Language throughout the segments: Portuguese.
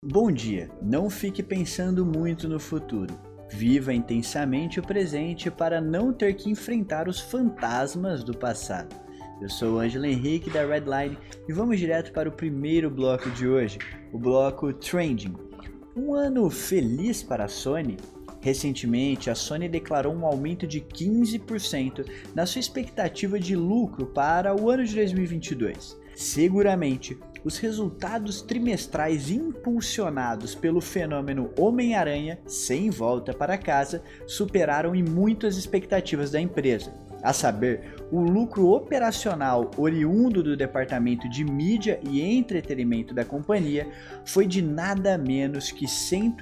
Bom dia, não fique pensando muito no futuro. Viva intensamente o presente para não ter que enfrentar os fantasmas do passado. Eu sou o Ângelo Henrique da Redline e vamos direto para o primeiro bloco de hoje, o bloco Trending. Um ano feliz para a Sony? Recentemente, a Sony declarou um aumento de 15% na sua expectativa de lucro para o ano de 2022. Seguramente, os resultados trimestrais impulsionados pelo fenômeno Homem-Aranha sem volta para casa superaram em muito as expectativas da empresa. A saber, o lucro operacional oriundo do departamento de mídia e entretenimento da companhia foi de nada menos que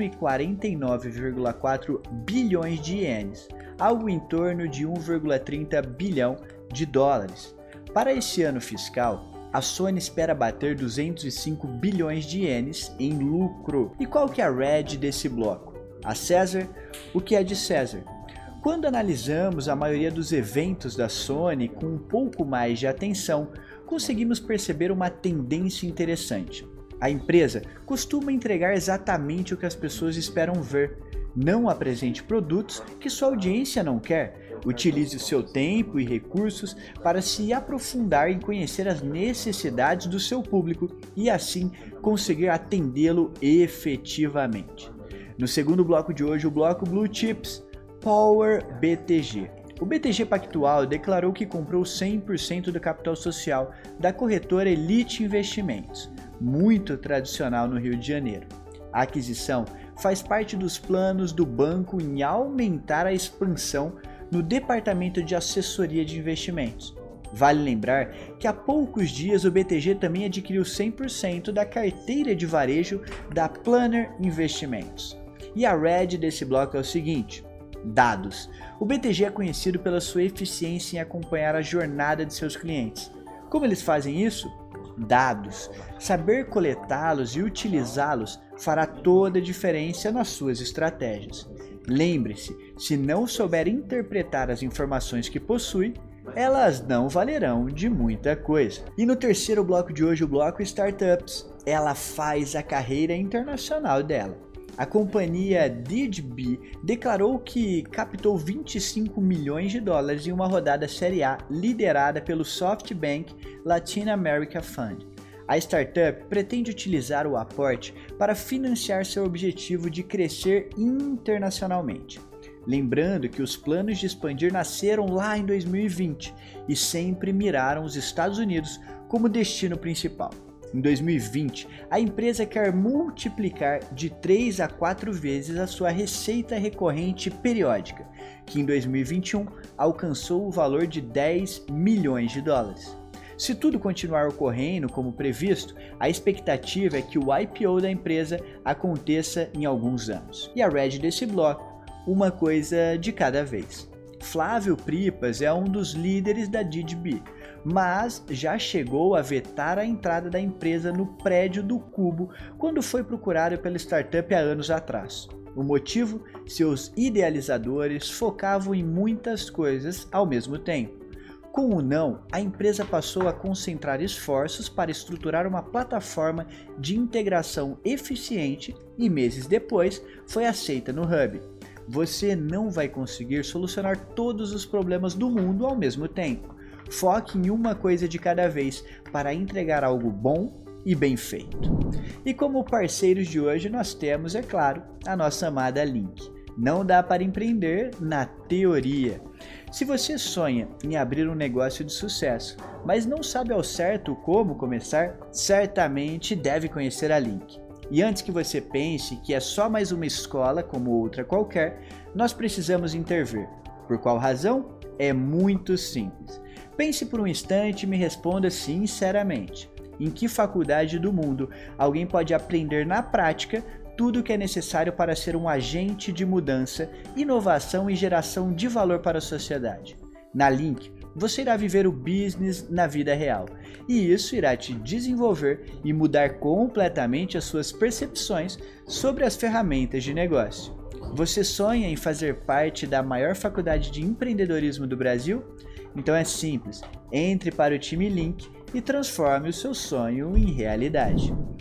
149,4 bilhões de ienes, algo em torno de 1,30 bilhão de dólares. Para esse ano fiscal, a Sony espera bater 205 bilhões de ienes em lucro. E qual que é a Red desse bloco? A César? O que é de César? Quando analisamos a maioria dos eventos da Sony com um pouco mais de atenção, conseguimos perceber uma tendência interessante. A empresa costuma entregar exatamente o que as pessoas esperam ver. Não apresente produtos que sua audiência não quer. Utilize o seu tempo e recursos para se aprofundar em conhecer as necessidades do seu público e assim conseguir atendê-lo efetivamente. No segundo bloco de hoje, o bloco Blue Chips, Power BTG. O BTG Pactual declarou que comprou 100% do capital social da corretora Elite Investimentos, muito tradicional no Rio de Janeiro. A aquisição faz parte dos planos do banco em aumentar a expansão no departamento de assessoria de investimentos. Vale lembrar que há poucos dias o BTG também adquiriu 100% da carteira de varejo da Planner Investimentos. E a Red desse bloco é o seguinte: dados. O BTG é conhecido pela sua eficiência em acompanhar a jornada de seus clientes. Como eles fazem isso? Dados. Saber coletá-los e utilizá-los fará toda a diferença nas suas estratégias. Lembre-se, se não souber interpretar as informações que possui, elas não valerão de muita coisa. E no terceiro bloco de hoje, o bloco Startups, ela faz a carreira internacional dela. A companhia DigiBee declarou que captou 25 milhões de dólares em uma rodada Série A liderada pelo SoftBank Latin America Fund. A startup pretende utilizar o aporte para financiar seu objetivo de crescer internacionalmente. Lembrando que os planos de expandir nasceram lá em 2020 e sempre miraram os Estados Unidos como destino principal. Em 2020, a empresa quer multiplicar de 3 a 4 vezes a sua receita recorrente periódica, que em 2021 alcançou o valor de 10 milhões de dólares. Se tudo continuar ocorrendo como previsto, a expectativa é que o IPO da empresa aconteça em alguns anos. E a Red desse bloco, uma coisa de cada vez. Flávio Pripas é um dos líderes da DigiBee, mas já chegou a vetar a entrada da empresa no prédio do Cubo quando foi procurado pela startup há anos atrás. O motivo? Seus idealizadores focavam em muitas coisas ao mesmo tempo. Com o não, a empresa passou a concentrar esforços para estruturar uma plataforma de integração eficiente e meses depois foi aceita no Hub. Você não vai conseguir solucionar todos os problemas do mundo ao mesmo tempo. Foque em uma coisa de cada vez para entregar algo bom e bem feito. E como parceiros de hoje nós temos, é claro, a nossa amada Link. Não dá para empreender na teoria. Se você sonha em abrir um negócio de sucesso, mas não sabe ao certo como começar, certamente deve conhecer a Link. E antes que você pense que é só mais uma escola como outra qualquer, nós precisamos intervir. Por qual razão? É muito simples. Pense por um instante e me responda sinceramente. Em que faculdade do mundo alguém pode aprender na prática tudo o que é necessário para ser um agente de mudança, inovação e geração de valor para a sociedade? Na Link, você irá viver o business na vida real, e isso irá te desenvolver e mudar completamente as suas percepções sobre as ferramentas de negócio. Você sonha em fazer parte da maior faculdade de empreendedorismo do Brasil? Então é simples, entre para o time Link e transforme o seu sonho em realidade.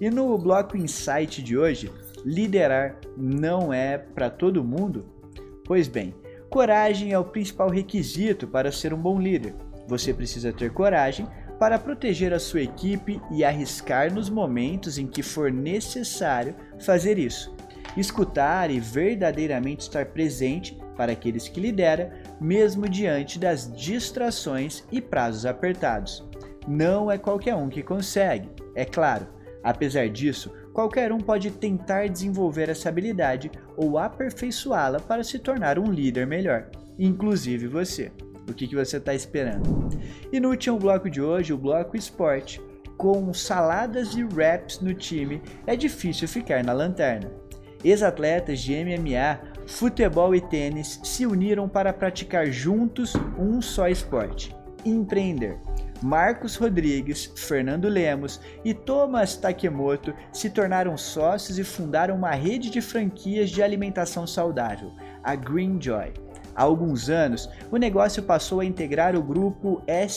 E no bloco Insight de hoje, liderar não é para todo mundo? Pois bem, coragem é o principal requisito para ser um bom líder. Você precisa ter coragem para proteger a sua equipe e arriscar nos momentos em que for necessário fazer isso. Escutar e verdadeiramente estar presente para aqueles que lidera, mesmo diante das distrações e prazos apertados. Não é qualquer um que consegue, é claro. Apesar disso, qualquer um pode tentar desenvolver essa habilidade ou aperfeiçoá-la para se tornar um líder melhor, inclusive você. O que você está esperando? E no último bloco de hoje, o bloco esporte. Com saladas e wraps no time, é difícil ficar na lanterna. Ex-atletas de MMA, futebol e tênis se uniram para praticar juntos um só esporte: empreender. Marcos Rodrigues, Fernando Lemos e Thomas Takemoto se tornaram sócios e fundaram uma rede de franquias de alimentação saudável, a Greenjoy. Há alguns anos, o negócio passou a integrar o grupo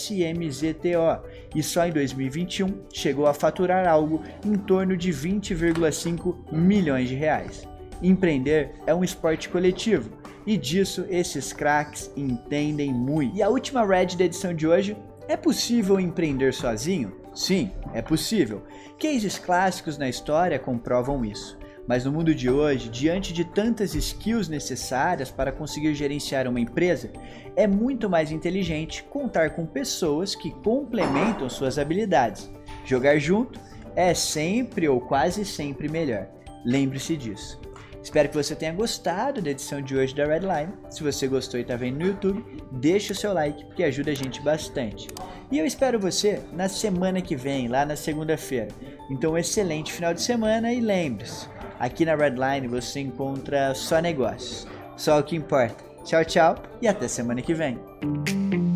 SMZTO e só em 2021 chegou a faturar algo em torno de 20,5 milhões de reais. Empreender é um esporte coletivo e disso esses craques entendem muito. E a última Red da edição de hoje: é possível empreender sozinho? Sim, é possível. Cases clássicos na história comprovam isso. Mas no mundo de hoje, diante de tantas skills necessárias para conseguir gerenciar uma empresa, é muito mais inteligente contar com pessoas que complementam suas habilidades. Jogar junto é sempre ou quase sempre melhor. Lembre-se disso. Espero que você tenha gostado da edição de hoje da Redline. Se você gostou e está vendo no YouTube, deixa o seu like, porque ajuda a gente bastante. E eu espero você na semana que vem, lá na segunda-feira. Então, um excelente final de semana e lembre-se, aqui na Redline você encontra só negócios, só o que importa. Tchau, tchau e até semana que vem.